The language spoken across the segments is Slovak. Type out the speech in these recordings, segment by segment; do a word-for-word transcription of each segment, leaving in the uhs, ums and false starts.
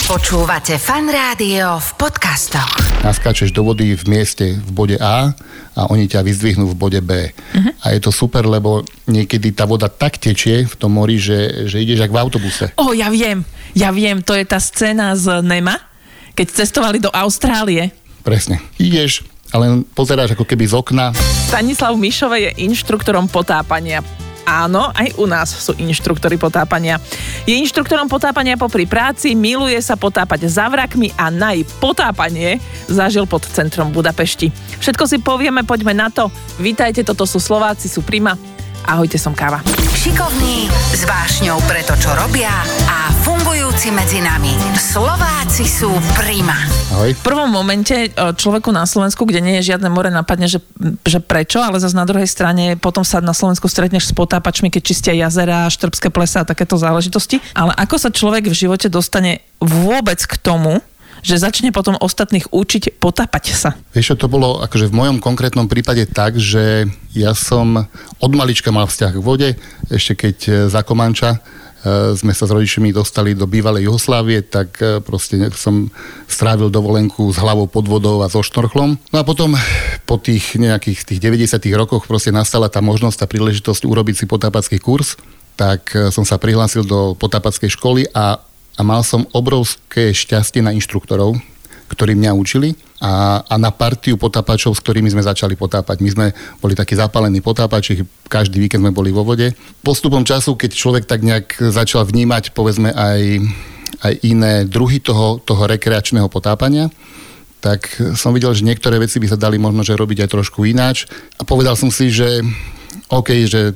Počúvate Fan Rádio v podcastoch. Naskáčeš do vody v mieste v bode A a oni ťa vyzdvihnú v bode B. Uh-huh. A je to super, lebo niekedy tá voda tak tečie v tom mori, že, že ideš jak v autobuse. O, ja viem, ja viem, to je tá scéna z Nema, keď cestovali do Austrálie. Presne. Ideš a len pozeráš ako keby z okna. Stanislav Mišove je inštruktorom potápania. Áno, aj u nás sú inštruktori potápania. Je inštruktorom potápania popri práci, miluje sa potápať za vrakmi a naj potápanie zažil pod centrom Budapešti. Všetko si povieme, poďme na to. Vítajte, toto sú Slováci, sú Prima. Ahojte, som Káva. Šikovní, s vášňou pre to, čo robia a fungujúci medzi nami. Slováci sú Prima. Ahoj. V prvom momente človeku na Slovensku, kde nie je žiadne more, napadne, že, že prečo, ale zase na druhej strane potom sa na Slovensku stretneš s potápačmi, keď čistia jazera, štrbské plesá a takéto záležitosti. Ale ako sa človek v živote dostane vôbec k tomu, že začne potom ostatných učiť potápať sa? Vieš, to bolo akože v mojom konkrétnom prípade tak, že ja som od malička mal vzťah k vode, ešte keď za Komanča sme sa s rodičmi dostali do bývalej Juhoslávie, tak proste som strávil dovolenku s hlavou pod vodou a so šnorchlom. No a potom po tých nejakých tých deväťdesiatych rokoch proste nastala tá možnosť, tá príležitosť urobiť si potápacký kurz, tak som sa prihlásil do potápackej školy a A mal som obrovské šťastie na inštruktorov, ktorí mňa učili a, a na partiu potápačov, s ktorými sme začali potápať. My sme boli takí zapálení potápači, každý víkend sme boli vo vode. Postupom času, keď človek tak nejak začal vnímať, povedzme, aj, aj iné druhy toho, toho rekreačného potápania, tak som videl, že niektoré veci by sa dali možno že robiť aj trošku ináč. A povedal som si, že OK, že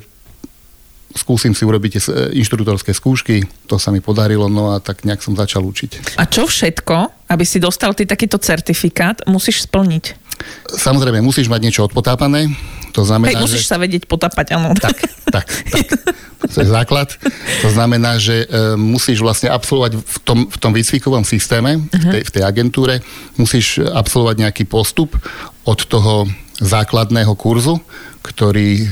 skúsim si urobiť inštruktorské skúšky, to sa mi podarilo, no a tak nejak som začal učiť. A čo všetko, aby si dostal ty takýto certifikát, musíš splniť? Samozrejme, musíš mať niečo odpotápané, to znamená, Hej, musíš že... sa vedieť potápať, áno. Tak, tak, tak. To je základ. To znamená, že e, musíš vlastne absolvovať v tom, v tom výcvikovom systéme, uh-huh. v, tej, v tej agentúre, musíš absolvovať nejaký postup od toho základného kurzu, ktorý e,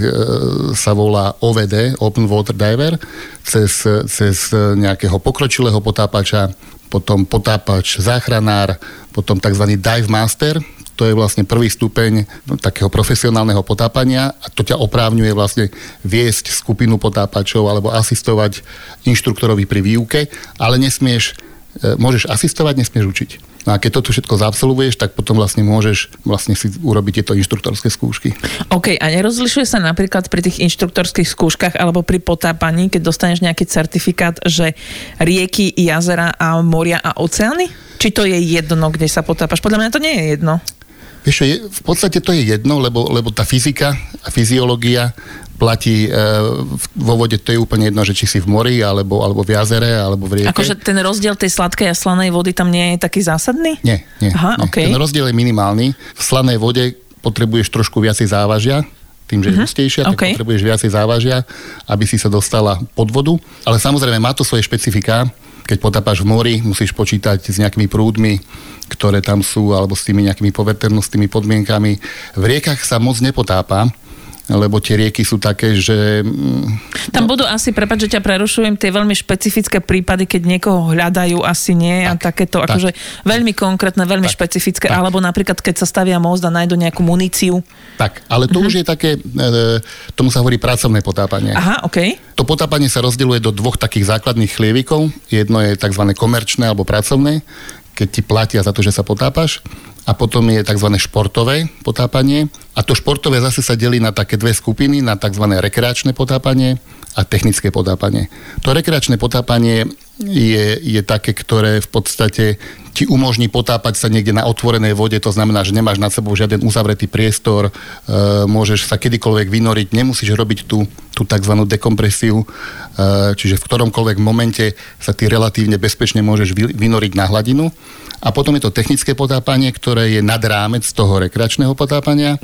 sa volá O V D, Open Water Diver, cez, cez nejakého pokročilého potápača, potom potápač záchranár, potom tzv. Dive Master, to je vlastne prvý stupeň no, takého profesionálneho potápania a to ťa oprávňuje vlastne viesť skupinu potápačov alebo asistovať inštruktorovi pri výuke, ale nesmieš, e, môžeš asistovať, nesmieš učiť. No a keď toto všetko zaabsolvuješ, tak potom vlastne môžeš vlastne si urobiť tieto inštruktorské skúšky. OK, a nerozlišuje sa napríklad pri tých inštruktorských skúškach alebo pri potápaní, keď dostaneš nejaký certifikát, že rieky, jazera a moria a oceány? Či to je jedno, kde sa potápaš? Podľa mňa to nie je jedno. Vieš, v podstate to je jedno, lebo, lebo tá fyzika a fyziológia platí e, vo vode, to je úplne jedno, že či si v mori, alebo, alebo v jazere, alebo v rieke. Akože ten rozdiel tej sladkej a slanej vody tam nie je taký zásadný? Nie, nie. Aha, nie. Okay. Ten rozdiel je minimálny. V slanej vode potrebuješ trošku viacej závažia, tým, že je uh-huh. hustejšia, tak okay. potrebuješ viacej závažia, aby si sa dostala pod vodu. Ale samozrejme má to svoje špecifiká. Keď potápaš v mori, musíš počítať s nejakými prúdmi, ktoré tam sú, alebo s tými nejakými poveternostnými podmienkami. V riekach sa moc nepotápa, lebo tie rieky sú také, že... Tam no. budú asi, prepáč, že ťa prerušujem, tie veľmi špecifické prípady, keď niekoho hľadajú, asi nie, tak, a takéto, tak. akože veľmi konkrétne, veľmi tak, špecifické, tak. Alebo napríklad, keď sa stavia most a nájdu nejakú muníciu. Tak, ale to uh-huh. už je také, e, tomu sa hovorí pracovné potápanie. Aha, okej. Okay. To potápanie sa rozdeľuje do dvoch takých základných chlievikov. Jedno je tzv. Komerčné alebo pracovné, keď ti platia za to, že sa potápaš. A potom je tzv. Športové potápanie. A to športové zase sa delí na také dve skupiny, na tzv. Rekreačné potápanie a technické potápanie. To rekreačné potápanie je, je také, ktoré v podstate ti umožní potápať sa niekde na otvorenej vode, to znamená, že nemáš nad sebou žiaden uzavretý priestor, e, môžeš sa kedykoľvek vynoriť, nemusíš robiť tú, tú tzv. Dekompresiu, e, čiže v ktoromkoľvek momente sa ty relatívne bezpečne môžeš vy, vynoriť na hladinu. A potom je to technické potápanie, ktoré je nad rámec toho rekreačného potápania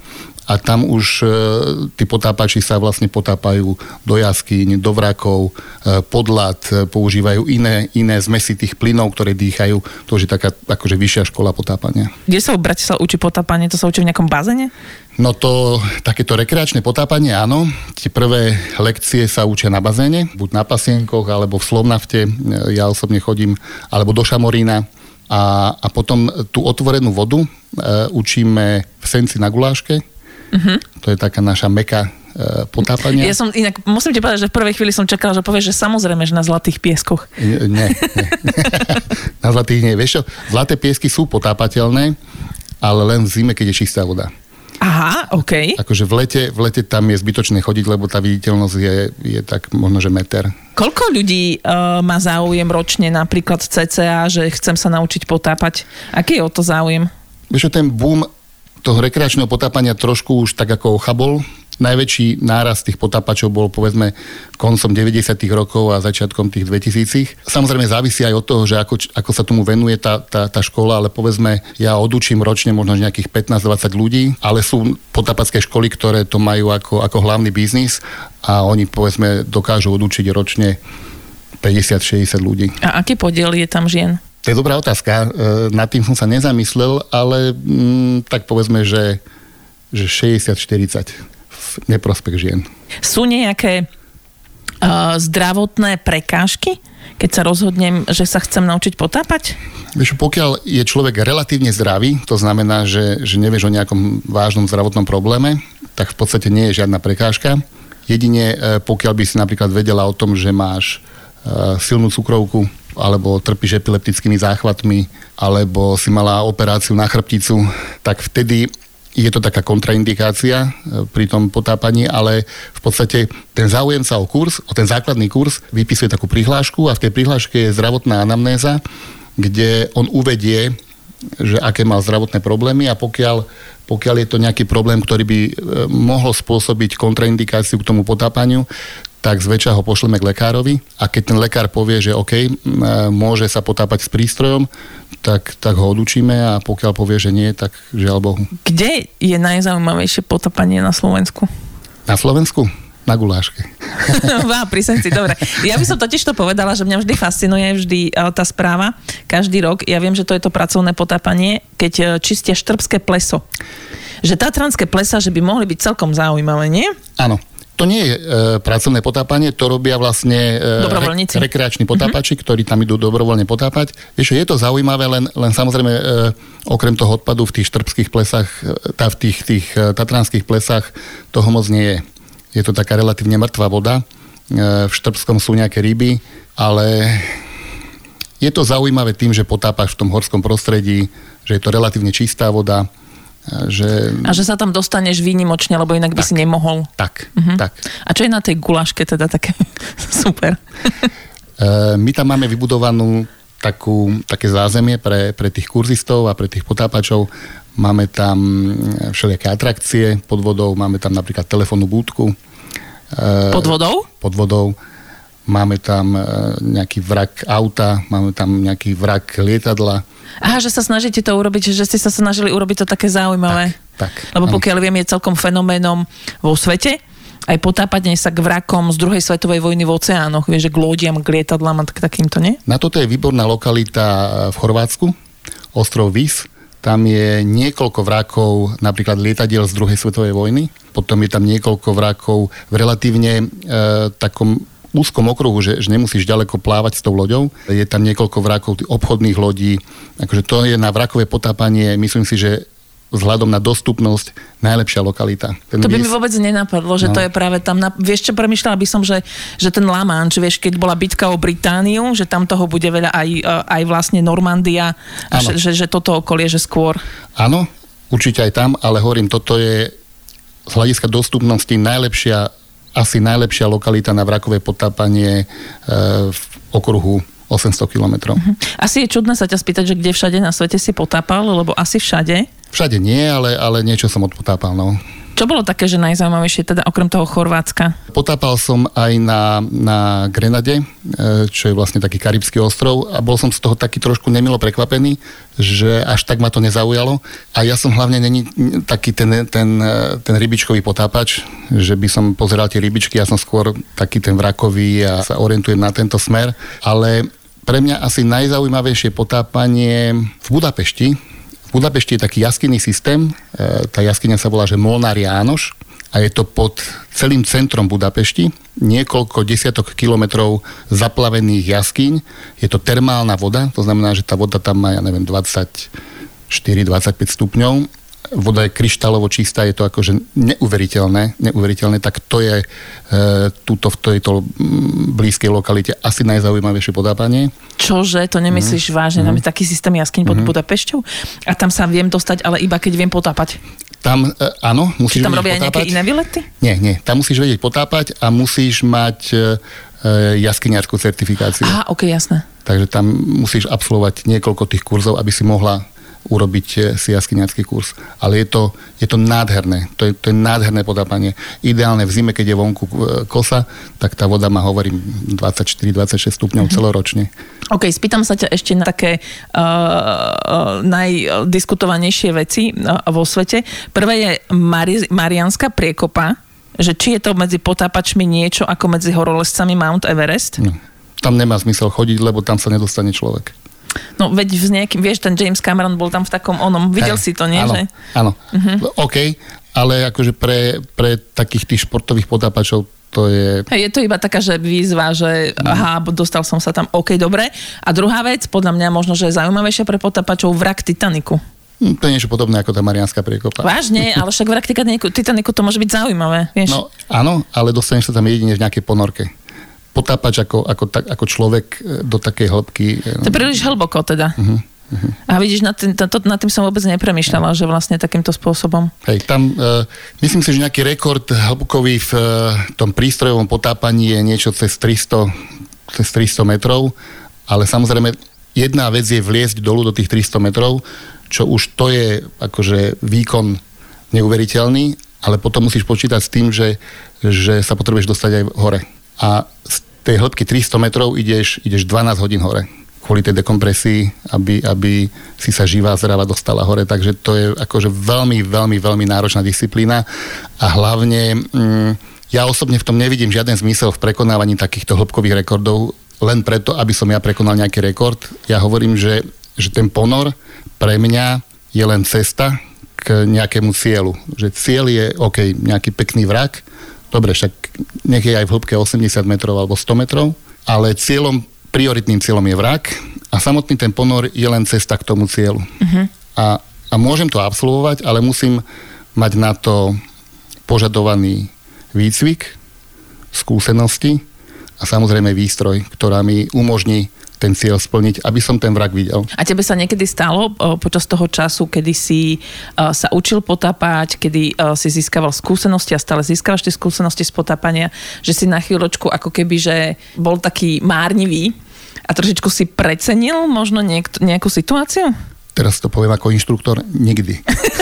a tam už e, tí potápači sa vlastne potápajú do jaskýň, do vrakov, e, pod ľad, e, používajú iné, iné zmesy tých plynov, ktoré dýchajú. To už je taká akože vyššia škola potápania. Kde sa v Bratislave učí potápanie? To sa učí v nejakom bazéne? No to, takéto rekreačné potápanie, áno. Tie prvé lekcie sa učia na bazéne, buď na Pasienkoch, alebo v Slovnafte. Ja osobne chodím, alebo do Šamorína. A, a potom tú otvorenú vodu e, učíme v Senci na Guláške. Uh-huh. To je taká naša meka e, potápania. Ja som inak, musím ti povedať, že v prvej chvíli som čakala, že povieš, že samozrejme, že na Zlatých pieskoch. Nie, nie. Na Zlatých nie. Vieš čo, Zlaté piesky sú potápateľné, ale len v zime, keď je čistá voda. Aha, okej. Okay. Akože v lete, v lete tam je zbytočné chodiť, lebo tá viditeľnosť je, je tak možno, že meter. Koľko ľudí uh, má záujem ročne, napríklad cca, že chcem sa naučiť potápať? Aký je o to záujem? Vieš, ten boom toho rekreačného potápania trošku už tak ako ochabol. Najväčší náraz tých potápačov bol povedzme koncom deväťdesiatych rokov a začiatkom tých dvetisícich. Samozrejme závisí aj od toho, že ako, ako sa tomu venuje tá, tá, tá škola, ale povedzme ja odučím ročne možno nejakých pätnásť dvadsať ľudí, ale sú potápacké školy, ktoré to majú ako, ako hlavný biznis a oni povedzme dokážu odučiť ročne päťdesiat šesťdesiat ľudí. A aký podiel je tam žien? To je dobrá otázka. Nad tým som sa nezamyslel, ale mm, tak povedzme, že, že šesťdesiat štyridsať. Neprospech žien. Sú nejaké uh, zdravotné prekážky, keď sa rozhodnem, že sa chcem naučiť potápať? Vieš, pokiaľ je človek relatívne zdravý, to znamená, že, že nevieš o nejakom vážnom zdravotnom probléme, tak v podstate nie je žiadna prekážka. Jedine pokiaľ by si napríklad vedela o tom, že máš uh, silnú cukrovku, alebo trpíš epileptickými záchvatmi, alebo si mala operáciu na chrbticu, tak vtedy je to taká kontraindikácia pri tom potápaní, ale v podstate ten záujemca o kurz, o ten základný kurz, vypisuje takú prihlášku a v tej prihláške je zdravotná anamnéza, kde on uvedie, že aké mal zdravotné problémy a pokiaľ, pokiaľ je to nejaký problém, ktorý by mohol spôsobiť kontraindikáciu k tomu potápaniu, tak zväčša ho pošleme k lekárovi a keď ten lekár povie, že OK, môže sa potápať s prístrojom, tak, tak ho odučíme a pokiaľ povie, že nie, tak žiaľ Bohu. Kde je najzaujímavejšie potápanie na Slovensku? Na Slovensku? Na Guláške. Vá, pri Senci, dobre. Ja by som totiž to povedala, že mňa vždy fascinuje vždy tá správa. Každý rok, ja viem, že to je to pracovné potápanie, keď čistia štrbské pleso. Že tatranské plesa, že by mohli byť celkom zaujímavé, nie? Áno. To nie je e, pracovné potápanie, to robia vlastne e, re, rekreační potápači, uh-huh. ktorí tam idú dobrovoľne potápať. Vieš, je to zaujímavé, len, len samozrejme e, okrem toho odpadu v tých štrbských plesách, tá, v tých, tých tatranských plesách toho moc nie je. Je to taká relatívne mŕtvá voda. E, v Štrbskom sú nejaké ryby, ale je to zaujímavé tým, že potápaš v tom horskom prostredí, že je to relatívne čistá voda. Že... A že sa tam dostaneš výnimočne, lebo inak by tak, si nemohol. Tak, uh-huh. tak. A čo je na tej guláške teda také super? My tam máme vybudovanú takú, také zázemie pre, pre tých kurzistov a pre tých potápačov. Máme tam všelijaké atrakcie pod vodou, máme tam napríklad telefónnu búdku. Pod vodou? Pod vodou. Máme tam nejaký vrak auta, máme tam nejaký vrak lietadla. Aha, že sa snažíte to urobiť, že ste sa snažili urobiť to také zaujímavé. Tak, tak. Lebo pokiaľ viem, je celkom fenoménom vo svete, aj potápanie sa k vrakom z druhej svetovej vojny v oceánoch, vieš, že k lodiam, k lietadlám a tak, takýmto, nie? Na toto je výborná lokalita v Chorvátsku, ostrov Vis. Tam je niekoľko vrakov, napríklad lietadiel z druhej svetovej vojny. Potom je tam niekoľko vrakov v relatívne e, takom úzkom okruhu, že, že nemusíš ďaleko plávať s tou loďou. Je tam niekoľko vrakov obchodných lodí. Akože to je na vrakové potápanie, myslím si, že vzhľadom na dostupnosť najlepšia lokalita. Ten to by vies... mi vôbec nenapadlo, že no. to je práve tam. Na... Vieš čo, premýšľala by som, že, že ten La Manche, vieš, keď bola bitka o Britániu, že tam toho bude veľa aj, aj vlastne Normandia, že, že, že toto okolie, že skôr. Áno, určite aj tam, ale hovorím, toto je z hľadiska dostupnosti najlepšia asi najlepšia lokalita na vrakové potápanie e, v okruhu osemsto kilometrov. Uh-huh. Asi je čudné sa ťa spýtať, že kde všade na svete si potápal, lebo asi všade? Všade nie, ale, ale niečo som odpotápal, no. Čo bolo také, že najzaujímavejšie, teda okrem toho Chorvátska? Potápal som aj na, na Grenade, čo je vlastne taký karibský ostrov a bol som z toho taký trošku nemilo prekvapený, že až tak ma to nezaujalo. A ja som hlavne není taký ten, ten, ten rybičkový potápač, že by som pozeral tie rybičky, ja som skôr taký ten vrakový a sa orientujem na tento smer. Ale pre mňa asi najzaujímavejšie potápanie v Budapešti. V Budapešti je taký jaskinný systém, tá jaskyňa sa volá, že Molnár Jánoš a je to pod celým centrom Budapešti, niekoľko desiatok kilometrov zaplavených jaskyň, je to termálna voda, to znamená, že tá voda tam má, ja neviem, dvadsaťštyri dvadsaťpäť stupňov, voda je kryštálovo čistá, je to akože neuveriteľné, neuveriteľné, tak to je e, tuto v tejto blízkej lokalite asi najzaujímavejšie potápanie. Čože? To nemyslíš mm. vážne? Mm. Tam je taký systém jaskyň pod mm. Budapešťou a tam sa viem dostať, ale iba keď viem potápať. Tam, e, áno, musíš vedieť potápať. Či tam robia nejaké iné výlety? Nie, nie. Tam musíš vedieť potápať a musíš mať e, jaskyniarskú certifikáciu. Aha, ok, jasné. Takže tam musíš absolvovať niekoľko tých kurzov, aby si mohla urobiť si jaskyniarsky kurz. Ale je to, je to nádherné. To je, to je nádherné potápanie. Ideálne v zime, keď je vonku kosa, tak tá voda má, hovorím, dvadsaťštyri dvadsaťšesť stupňov mm-hmm. celoročne. OK, spýtam sa ťa ešte na také uh, uh, najdiskutovanejšie veci uh, vo svete. Prvé je Mari- Marianská priekopa, že či je to medzi potápačmi niečo ako medzi horolezcami Mount Everest? No, tam nemá zmysel chodiť, lebo tam sa nedostane človek. No veď s nejakým, vieš, ten James Cameron bol tam v takom onom, videl hey, si to, nie? Áno, že? áno. Uh-huh. OK, ale akože pre, pre takých tých športových potápačov to je... Hey, je to iba taká, že výzva, že uh-huh. aha, dostal som sa tam, OK, dobre. A druhá vec, podľa mňa možno, že je zaujímavejšia pre potápačov, vrak Titaniku. To je niečo podobné ako tá Marianská priekopa. Vážne, ale však vrak Titaniku to môže byť zaujímavé, vieš? No áno, ale dostaneš sa tam jedine v nejakej ponorke. Potápač ako, ako, tak, ako človek do takej hĺbky. To je príliš hlboko teda. Uh-huh, uh-huh. A vidíš, nad tým, to, nad tým som vôbec nepremýšľala, uh-huh. že vlastne takýmto spôsobom. Hej, tam uh, myslím si, že nejaký rekord hĺbkový v uh, tom prístrojovom potápaní je niečo cez tristo, cez tristo metrov, ale samozrejme jedna vec je vliesť dolu do tých tristo metrov, čo už to je akože výkon neuveriteľný, ale potom musíš počítať s tým, že, že sa potrebuješ dostať aj hore. A z tej hĺbky tristo metrov ideš, ideš dvanásť hodín hore. Kvôli tej dekompresii, aby, aby si sa živá zrava dostala hore. Takže to je akože veľmi, veľmi, veľmi náročná disciplína. A hlavne mm, ja osobne v tom nevidím žiaden zmysel v prekonávaní takýchto hĺbkových rekordov, len preto, aby som ja prekonal nejaký rekord. Ja hovorím, že, že ten ponor pre mňa je len cesta k nejakému cieľu. Že cieľ je, OK, nejaký pekný vrak, dobre, však nech je aj v hĺbke osemdesiat metrov alebo sto metrov, ale cieľom, prioritným cieľom je vrak a samotný ten ponor je len cesta k tomu cieľu. Uh-huh. A, a môžem to absolvovať, ale musím mať na to požadovaný výcvik, skúsenosti a samozrejme výstroj, ktorá mi umožní ten cieľ splniť, aby som ten vrak videl. A tebe sa niekedy stalo o, počas toho času, kedy si o, sa učil potápať, kedy o, si získaval skúsenosti a stále získavaš tie skúsenosti z potápania, že si na chvíľočku ako keby, že bol taký márnivý a trošičku si precenil možno niek- nejakú situáciu? Teraz to poviem ako inštruktor, nikdy.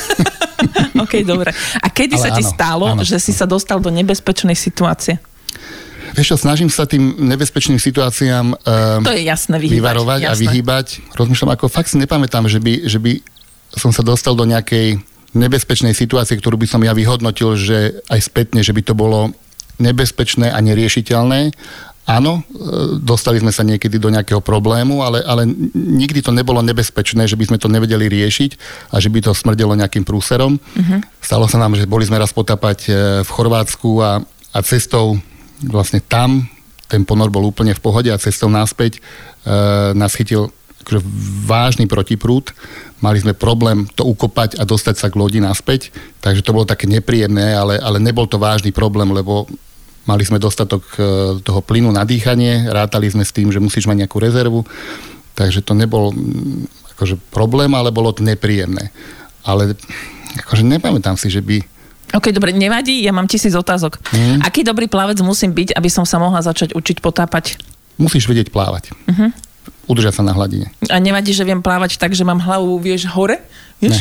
OK, dobre. A kedy Ale sa ti áno, stalo, áno. že si sa dostal do nebezpečnej situácie? Vieš čo, snažím sa tým nebezpečným situáciám uh, to je jasné, vyhýbať, vyvarovať jasné. a vyhýbať. Rozmýšľam, ako fakt si nepamätám, že by, že by som sa dostal do nejakej nebezpečnej situácie, ktorú by som ja vyhodnotil, že aj spätne, že by to bolo nebezpečné a neriešiteľné. Áno, dostali sme sa niekedy do nejakého problému, ale, ale nikdy to nebolo nebezpečné, že by sme to nevedeli riešiť a že by to smrdelo nejakým prúserom. Uh-huh. Stalo sa nám, že boli sme raz potápať v Chorvátsku a, a cestou vlastne tam ten ponor bol úplne v pohode a cestou naspäť e, nás chytil akože vážny protiprúd. Mali sme problém to ukopať a dostať sa k lodi naspäť, takže to bolo také nepríjemné, ale, ale nebol to vážny problém, lebo mali sme dostatok e, toho plynu na dýchanie, rátali sme s tým, že musíš mať nejakú rezervu, takže to nebol m, akože problém, ale bolo to nepríjemné. Ale akože nepamätám si, že by OK, dobre, nevadí, ja mám tisíc otázok. Mm. Aký dobrý plavec musím byť, aby som sa mohla začať učiť potápať? Musíš vedieť plávať. Uh-huh. Udržať sa na hladine. A nevadí, že viem plávať tak, že mám hlavu, vieš, hore? Vieš? Ne.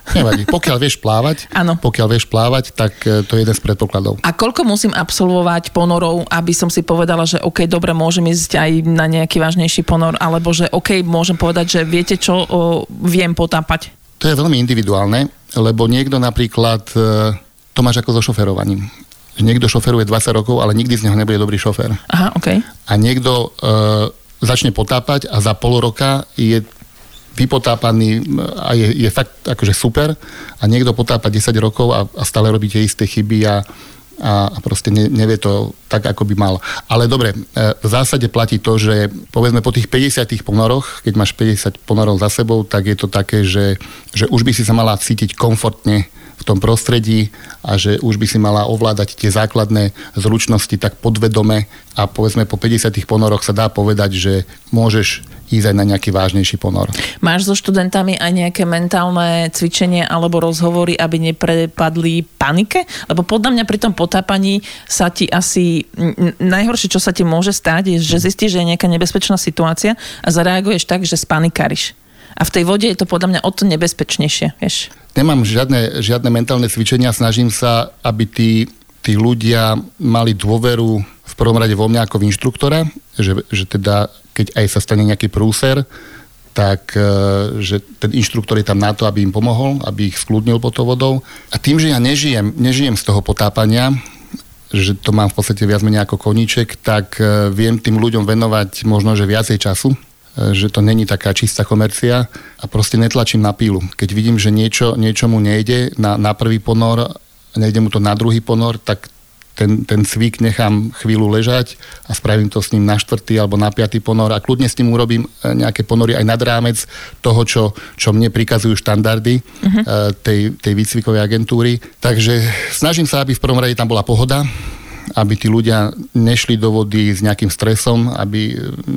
Nevadí. Pokiaľ vieš plávať, Áno. pokiaľ vieš plávať, tak to je jeden z predpokladov. A koľko musím absolvovať ponorov, aby som si povedala, že OK, dobre, môžem ísť aj na nejaký vážnejší ponor, alebo že OK, môžem povedať, že viete čo, o, viem potápať? To je veľmi individuálne, lebo niekto napríklad, to máš ako so šoferovaním. Niekto šoferuje dvadsať rokov, ale nikdy z neho nebude dobrý šofér. Aha, OK. A niekto e, začne potápať a za pol roka je vypotápaný a je, je fakt akože super a niekto potápa desať rokov a, a stále robí tie isté chyby a, a, a proste ne, nevie to tak, ako by mal. Ale dobre, v zásade platí to, že povedzme po tých päťdesiatich ponoroch, keď máš päťdesiat ponorov za sebou, tak je to také, že, že už by si sa mala cítiť komfortne v tom prostredí a že už by si mala ovládať tie základné zručnosti tak podvedome a povedzme po päťdesiatich ponoroch sa dá povedať, že môžeš ísť aj na nejaký vážnejší ponor. Máš so študentami aj nejaké mentálne cvičenie alebo rozhovory, aby neprepadli panike? Lebo podľa mňa pri tom potápaní sa ti asi najhoršie, čo sa ti môže stať, je, že zistíš, že je nejaká nebezpečná situácia a zareaguješ tak, že spanikáriš. A v tej vode je to podľa mňa o to nebezpečnejšie, vieš? Nemám žiadne, žiadne mentálne cvičenia, snažím sa, aby tí, tí ľudia mali dôveru v prvom rade vo mňa ako v inštruktora, že, že teda keď aj sa stane nejaký prúser, tak že ten inštruktor je tam na to, aby im pomohol, aby ich skľudnil pod tou vodou. A tým, že ja nežijem, nežijem z toho potápania, že to mám v podstate viac menej ako koníček, tak viem tým ľuďom venovať možno, že viacej času, že to není taká čistá komercia a proste netlačím na pílu. Keď vidím, že niečo, niečo mu nejde na, na prvý ponor, nejde mu to na druhý ponor, tak ten, ten cvik nechám chvíľu ležať a spravím to s ním na štvrtý alebo na piatý ponor a kľudne s ním urobím nejaké ponory aj nad rámec toho, čo, čo mne prikazujú štandardy uh-huh. tej, tej výcvikovej agentúry. Takže snažím sa, aby v prvom rade tam bola pohoda, aby tí ľudia nešli do vody s nejakým stresom, aby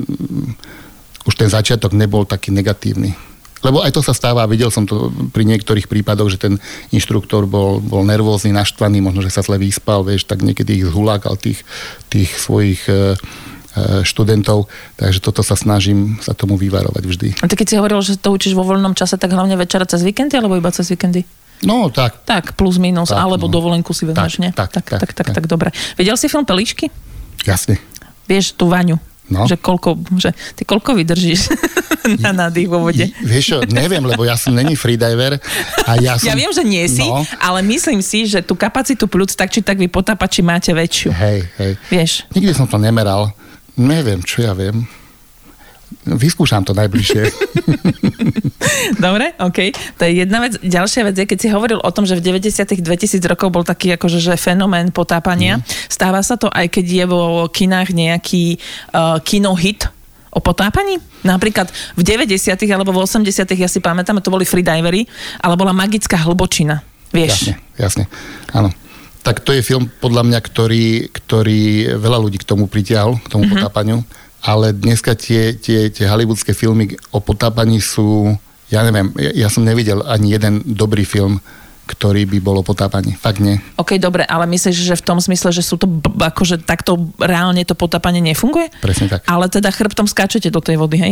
už ten začiatok nebol taký negatívny. Lebo aj to sa stáva, videl som to pri niektorých prípadoch, že ten inštruktor bol, bol nervózny, naštvaný, možno, že sa zle vyspal, vieš, tak niekedy ich zhulákal tých, tých svojich e, študentov, takže toto sa snažím sa tomu vyvarovať vždy. A ty keď si hovoril, že to učíš vo voľnom čase, tak hlavne večera cez víkendy, alebo iba cez víkendy? No, tak. Tak, plus, minus, tak, alebo no. dovolenku si vezmeš, nie? Tak, tak, tak, tak, tak, tak, tak, dobre. Videl si film Pelíšky? Jasne. Vieš, tú Vaňu? No. Že koľko, že ty koľko vydržíš na nádych vo vode? Vieš čo, neviem, lebo ja som není freediver a ja som... Ja viem, že nie si, no. Ale myslím si, že tú kapacitu pľúc tak či tak vy potápači máte väčšiu. Hej, hej. Vieš? Nikdy som to nemeral. Neviem, čo ja viem. Vyskúšam to najbližšie. Dobre, OK. To je jedna vec. Ďalšia vec je, keď si hovoril o tom, že v deväťdesiatych dvetisíc rokov bol taký akože že fenomén potápania. Mm. Stáva sa to aj keď je vo kinách nejaký uh, kinohit o potápaní? Napríklad v deväťdesiatych alebo v osemdesiatych, ja si pamätám, to boli freedivery, ale bola Magická hlbočina. Vieš? Jasne, jasne. Áno. Tak to je film podľa mňa, ktorý, ktorý veľa ľudí k tomu pritiahol, k tomu mm-hmm. potápaniu. Ale dneska tie, tie, tie hollywoodske filmy o potápaní sú, ja neviem, ja, ja som nevidel ani jeden dobrý film, ktorý by bol o potápaní. Fakt nie. OK, dobre, ale myslíš, že v tom smysle, že sú to, b- akože takto reálne to potápanie nefunguje? Presne tak. Ale teda chrbtom skáčete do tej vody, hej?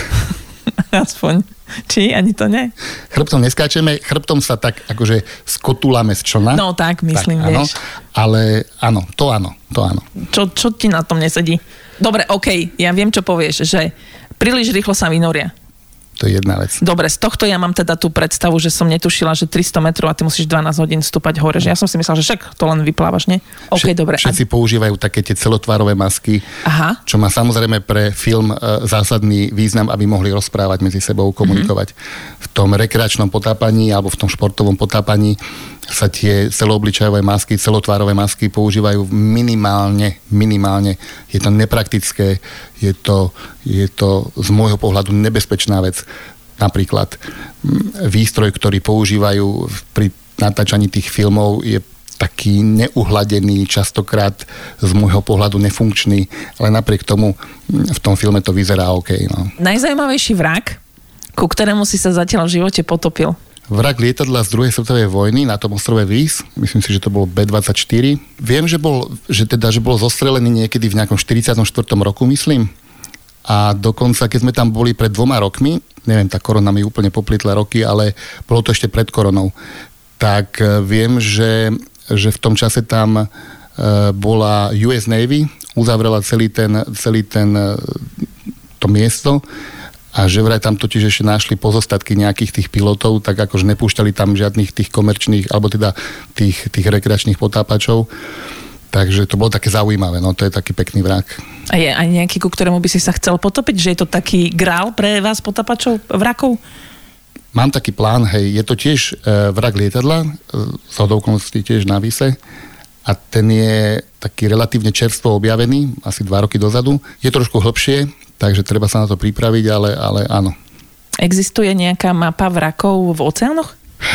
Aspoň. Či? Ani to nie? Chrbtom neskáčeme, chrbtom sa tak akože skotúlame z člna. No tak, myslím, tak, vieš. Áno, ale áno, to áno, to áno. Čo, čo ti na tom nesedí? Dobre, OK, ja viem, čo povieš, že príliš rýchlo sa vynoria. To je jedna vec. Dobre, z tohto ja mám teda tú predstavu, že som netušila, že tristo metrov a ty musíš dvanásť hodín stúpať hore. Že ja som si myslela, že však to len vyplávaš, nie? OK, Všet, dobre. Všetci a... používajú také tie celotvárové masky, Aha. čo má samozrejme pre film e, zásadný význam, aby mohli rozprávať medzi sebou, komunikovať. Mm-hmm. V tom rekreačnom potápaní alebo v tom športovom potápaní sa tie celoobličajové masky, celotvárové masky používajú minimálne, minimálne. Je to nepraktické, je to, je to z môjho pohľadu nebezpečná vec. Napríklad výstroj, ktorý používajú pri natáčaní tých filmov, je taký neuhladený, častokrát z môjho pohľadu nefunkčný, ale napriek tomu v tom filme to vyzerá OK. No. Najzajímavejší vrak, ku ktorému si sa zatiaľ v živote potopil? Vrak lietadla z druhej svetovej vojny na tom ostrove Vis, myslím si, že to bol bé dvadsaťštyri. Viem, že bol, že teda, že bol zostrelený niekedy v nejakom štyridsiatom štvrtom roku, myslím. a dokonca, keď sme tam boli pred dvoma rokmi, neviem, tá korona mi úplne poplitla roky, ale bolo to ešte pred koronou, tak viem, že, že v tom čase tam bola ú es Navy, uzavrela celý ten, celý ten to miesto a že vraj tam totiž ešte našli pozostatky nejakých tých pilotov, tak akože nepúšťali tam žiadnych tých komerčných, alebo teda tých, tých rekreačných potápačov. Takže to bolo také zaujímavé, no to je taký pekný vrak. A je aj nejaký, ku ktorému by si sa chcel potopiť? Že je to taký grál pre vás potápačov vrakov? Mám taký plán, hej, je to tiež e, vrak lietadla, e, z hodovkonosti tiež na Vise. A ten je taký relatívne čerstvo objavený, asi dva roky dozadu. Je trošku hlbšie, takže treba sa na to pripraviť, ale, ale áno. Existuje nejaká mapa vrakov v oceánoch?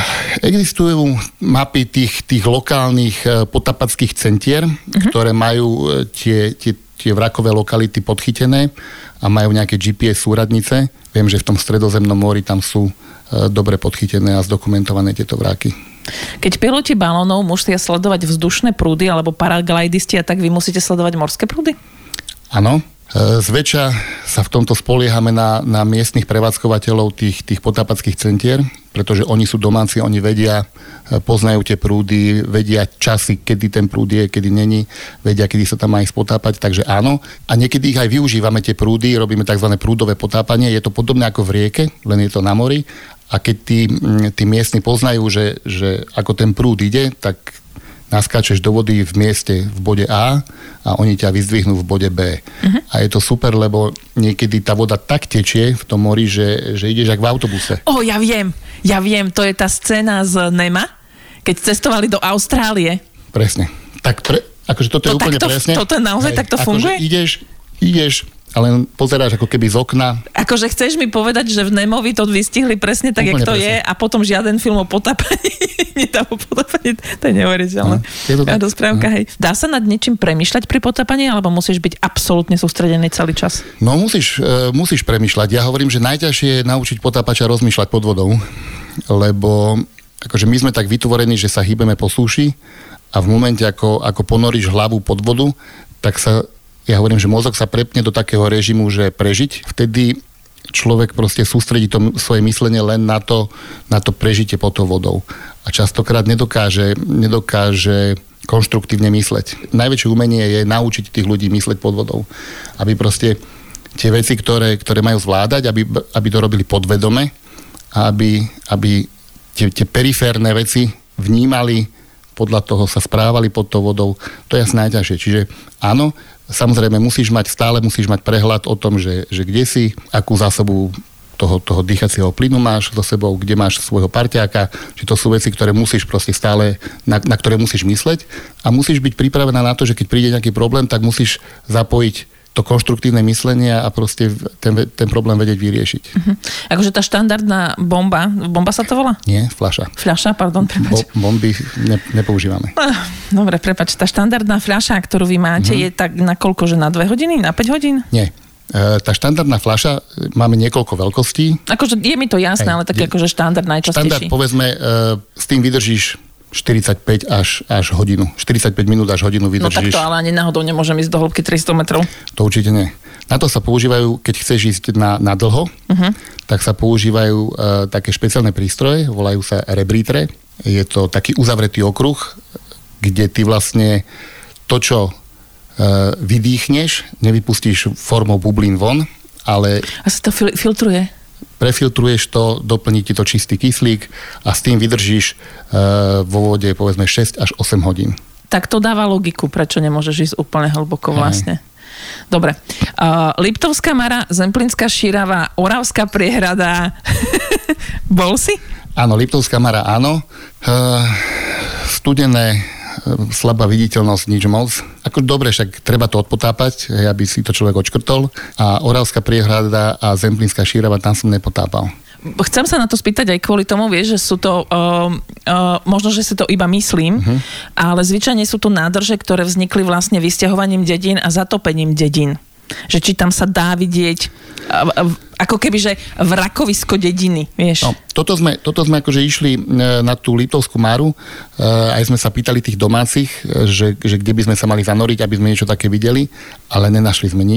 Existujú mapy tých, tých lokálnych potápackých centier, uh-huh. ktoré majú tie, tie, tie vrakové lokality podchytené a majú nejaké gé pé es súradnice. Viem, že v tom Stredozemnom mori tam sú dobre podchytené a zdokumentované tieto vraky. Keď piloti balónov musia sledovať vzdušné prúdy alebo paraglidisti, a tak vy musíte sledovať morské prúdy? Áno. Zväčša sa v tomto spoliehame na, na miestnych prevádzkovateľov tých, tých potápackých centier, pretože oni sú domáci, oni vedia, poznajú tie prúdy, vedia časy, kedy ten prúd je, kedy není, vedia, kedy sa tam má ísť potápať, takže áno. A niekedy ich aj využívame, tie prúdy, robíme tzv. Prúdové potápanie, je to podobné ako v rieke, len je to na mori. A keď tí, tí miestni poznajú, že, že ako ten prúd ide, tak naskáčeš do vody v mieste v bode A a oni ťa vyzdvihnú v bode B. Uh-huh. A je to super, lebo niekedy tá voda tak tečie v tom mori, že, že ideš jak v autobuse. O, ja viem, ja viem, to je tá scéna z Nema, keď cestovali do Austrálie. Presne. Tak pre, akože toto to je úplne takto, presne. Toto naozaj takto funguje? Akože ideš, ideš a len pozeráš ako keby z okna. Akože chceš mi povedať, že v Nemovi to vystihli presne tak, jak to presne je a potom žiaden film o potápaní nedá o potápaní. To je neuveriteľné. No, a rozprávka, no. Hej. Dá sa nad niečím premýšľať pri potápaní, alebo musíš byť absolútne sústredený celý čas? No musíš, uh, musíš premýšľať. Ja hovorím, že najťažšie je naučiť potápača rozmýšľať pod vodou, lebo akože my sme tak vytvorení, že sa hýbeme po súši a v momente, ako, ako ponoríš hlavu pod vodu, tak sa ja hovorím, že mozog sa prepne do takého režimu, že prežiť. Vtedy človek proste sústredí to svoje myslenie len na to, na to prežitie pod tou vodou. A častokrát nedokáže, nedokáže konštruktívne mysleť. Najväčšie umenie je naučiť tých ľudí mysleť pod vodou. Aby proste tie veci, ktoré, ktoré majú zvládať, aby, aby to robili podvedome a aby, aby tie, tie periférne veci vnímali, podľa toho sa správali pod tou vodou. To je asi najťažšie. Čiže áno, samozrejme musíš mať, stále musíš mať prehľad o tom, že, že kde si, akú zásobu toho, toho dýchacieho plynu máš so sebou, kde máš svojho parťáka, či to sú veci, ktoré musíš proste stále, na, na ktoré musíš mysleť a musíš byť pripravená na to, že keď príde nejaký problém, tak musíš zapojiť to konštruktívne myslenie a proste ten, ten problém vedieť vyriešiť. Uh-huh. Akože tá štandardná bomba, bomba sa to volá? Nie, fľaša. Fľaša, pardon, prepáč. Bo, bomby ne, nepoužívame. Dobre, prepáč, tá štandardná fľaša, ktorú vy máte, uh-huh. je tak na koľko, že na dve hodiny, na päť hodín? Nie. E, tá štandardná fľaša, máme niekoľko veľkostí. Akože je mi to jasné, Hej, ale tak je, akože štandard najčastejší. Štandard, povedzme, e, s tým vydržíš štyridsaťpäť až, až hodinu. štyridsaťpäť minút až hodinu vydržíš. No tak to ale ani náhodou nemôžem ísť do hĺbky tristo metrov. To určite nie. Na to sa používajú, keď chceš ísť na, na dlho, uh-huh. tak sa používajú uh, také špeciálne prístroje, volajú sa rebrítre. Je to taký uzavretý okruh, kde ty vlastne to, čo uh, vydýchneš, nevypustíš formou bublín von, ale... A sa to fil- filtruje? Prefiltruješ to, doplní ti to čistý kyslík a s tým vydržíš e, vo vode povedzme šesť až osem hodín. Tak to dáva logiku, prečo nemôžeš ísť úplne hlboko vlastne. Hej. Dobre. Uh, Liptovská Mara, Zemplínska Šírava, Oravská priehrada. Bol si? Áno, Liptovská Mara, áno. Uh, studené, slabá viditeľnosť, nič moc. Ako dobre, však treba to odpotápať, aby si to človek odškrtol. A Oravská priehrada a Zemplínska Šírava, tam som nepotápal. Chcem sa na to spýtať aj kvôli tomu, vieš, že sú to, uh, uh, možno, že si to iba myslím, uh-huh. ale zvyčajne sú to nádrže, ktoré vznikli vlastne vysťahovaním dedín a zatopením dedín. Že či tam sa dá vidieť uh, ako keby, že vrakovisko dediny, vieš. No, toto sme, toto sme akože išli na tú Liptovskú Maru, uh, aj sme sa pýtali tých domácich, že, že kde by sme sa mali zanoriť, aby sme niečo také videli, ale nenašli sme nič.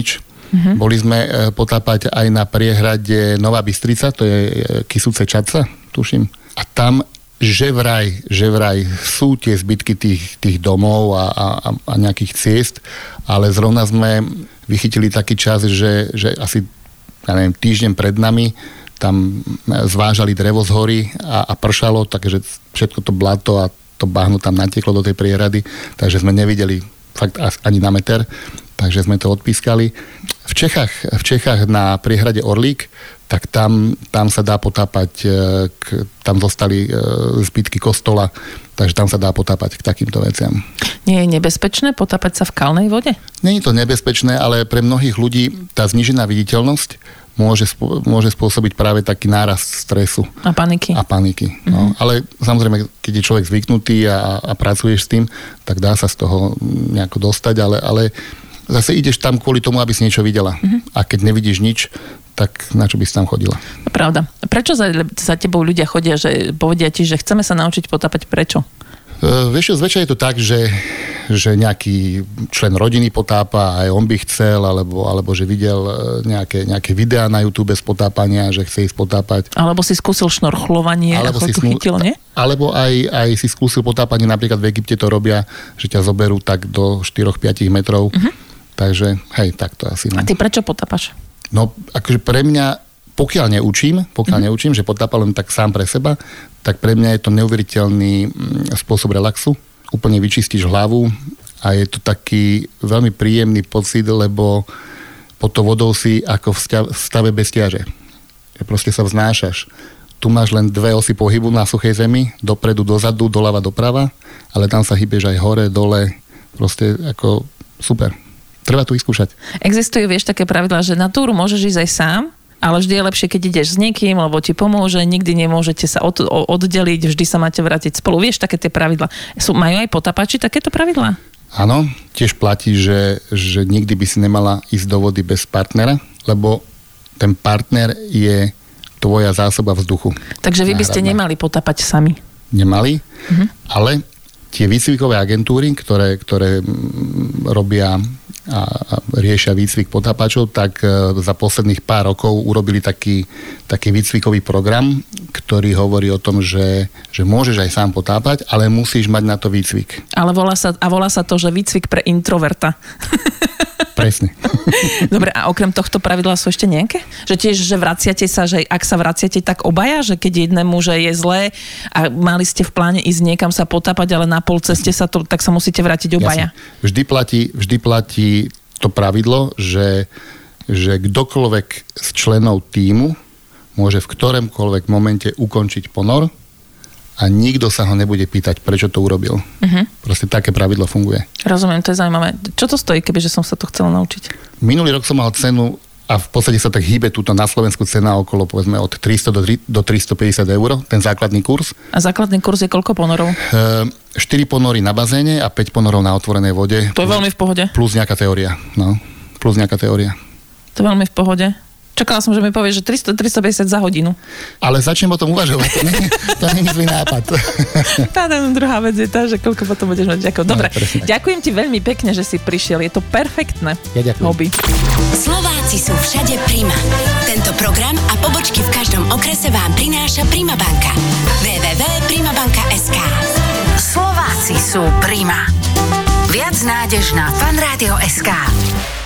Uh-huh. Boli sme potápať aj na priehrade Nová Bystrica, to je Kysuce Čadca, tuším. A tam že vraj, že vraj sú tie zbytky tých, tých domov a, a, a nejakých ciest, ale zrovna sme vychytili taký čas, že, že asi ja neviem, týždeň pred nami tam zvážali drevo z hory a, a pršalo, takže všetko to blato a to bahno tam natieklo do tej priehrady, takže sme nevideli fakt ani na meter, takže sme to odpískali. V Čechách, v Čechách na priehrade Orlík, tak tam, tam sa dá potápať, k, tam zostali zbytky kostola, takže tam sa dá potápať k takýmto veciam. Nie je nebezpečné potápať sa v kalnej vode? Nie je to nebezpečné, ale pre mnohých ľudí tá znížená viditeľnosť môže, spo, môže spôsobiť práve taký nárast stresu. A paniky. A paniky. Mm-hmm. No. Ale samozrejme, keď je človek zvyknutý a, a pracuješ s tým, tak dá sa z toho nejako dostať, ale, ale zase ideš tam kvôli tomu, aby si niečo videla. Mm-hmm. A keď nevidíš nič, tak na čo by si tam chodila? Pravda. Prečo za, za tebou ľudia chodia, že povedia ti, že chceme sa naučiť potápať? Prečo? Uh, vieš, zväčša je to tak, že, že nejaký člen rodiny potápa, aj on by chcel, alebo, alebo že videl nejaké, nejaké videá na YouTube z potápania, že chce ísť potápať. Alebo si skúsil šnorchlovanie, alebo ako si skú... chytil, nie? Alebo aj, aj si skúsil potápanie, napríklad v Egypte to robia, že ťa zoberú tak do štyri až päť metrov. Uh-huh. Takže, hej, tak to asi. No. A ty prečo potápaš? No, akože pre mňa, pokiaľ neučím, pokiaľ mm-hmm. neučím, že potápam len tak sám pre seba, tak pre mňa je to neuveriteľný spôsob relaxu. Úplne vyčistíš hlavu a je to taký veľmi príjemný pocit, lebo pod to vodou si ako v stave bez ťaže. Proste sa vznášaš. Tu máš len dve osy pohybu na suchej zemi, dopredu, dozadu, doľava, doprava, ale tam sa hýbeš aj hore, dole, proste ako super. Treba to vyskúšať. Existujú, vieš, také pravidlá, že na túru môžeš ísť aj sám, ale vždy je lepšie, keď ideš s niekým, lebo ti pomôže, nikdy nemôžete sa od, oddeliť, vždy sa máte vrátiť spolu. Vieš, také tie pravidlá. Sú, majú aj potápači takéto pravidlá? Áno, tiež platí, že, že nikdy by si nemala ísť do vody bez partnera, lebo ten partner je tvoja zásoba vzduchu. Takže vy by ste nemali potápať sami? Nemali, mhm. ale tie výcvikové agentúry, ktoré, ktoré robia a riešia výcvik potápačov, tak za posledných pár rokov urobili taký, taký výcvikový program, ktorý hovorí o tom, že, že môžeš aj sám potápať, ale musíš mať na to výcvik. Ale volá sa, a volá sa to, že výcvik pre introverta. Presne. Dobre, a okrem tohto pravidla sú ešte nejaké? Že tiež, že vraciate sa, že ak sa vraciate, tak obaja, že keď jednému, že je zlé a mali ste v pláne ísť niekam sa potápať, ale na pol ceste sa to, tak sa musíte vrátiť obaja. Jasne. Vždy platí, vždy platí to pravidlo, že, že kdokoľvek z členov tímu môže v ktoromkoľvek momente ukončiť ponor a nikto sa ho nebude pýtať, prečo to urobil. Uh-huh. Proste také pravidlo funguje. Rozumiem, to je zaujímavé. Čo to stojí, kebyže som sa to chcela naučiť? Minulý rok som mal cenu a v podstate sa tak hýbe túto na Slovensku cena okolo povedzme od tristo do tristopäťdesiat eur, ten základný kurz. A základný kurz je koľko ponorov? E, štyri ponory na bazéne a päť ponorov na otvorenej vode. To je veľmi v pohode. Plus nejaká teória. No, plus nejaká teória. To je veľmi v pohode. Čakala som, že mi povieš, že tristo, tristopäťdesiat za hodinu. Ale začnem o tom uvažovať. To nie, to nie je zlý nápad. Tá druhá vec je tá, že koľko potom budeš mať ďakov. Dobre, no, ďakujem ti veľmi pekne, že si prišiel. Je to perfektné ja ďakujem. Hobby. Slováci sú všade Prima. Tento program a pobočky v každom okrese vám prináša Prima banka. w w w bodka prima banka bodka es ká. Slováci sú Prima. Viac nádež na fanradio bodka es ká.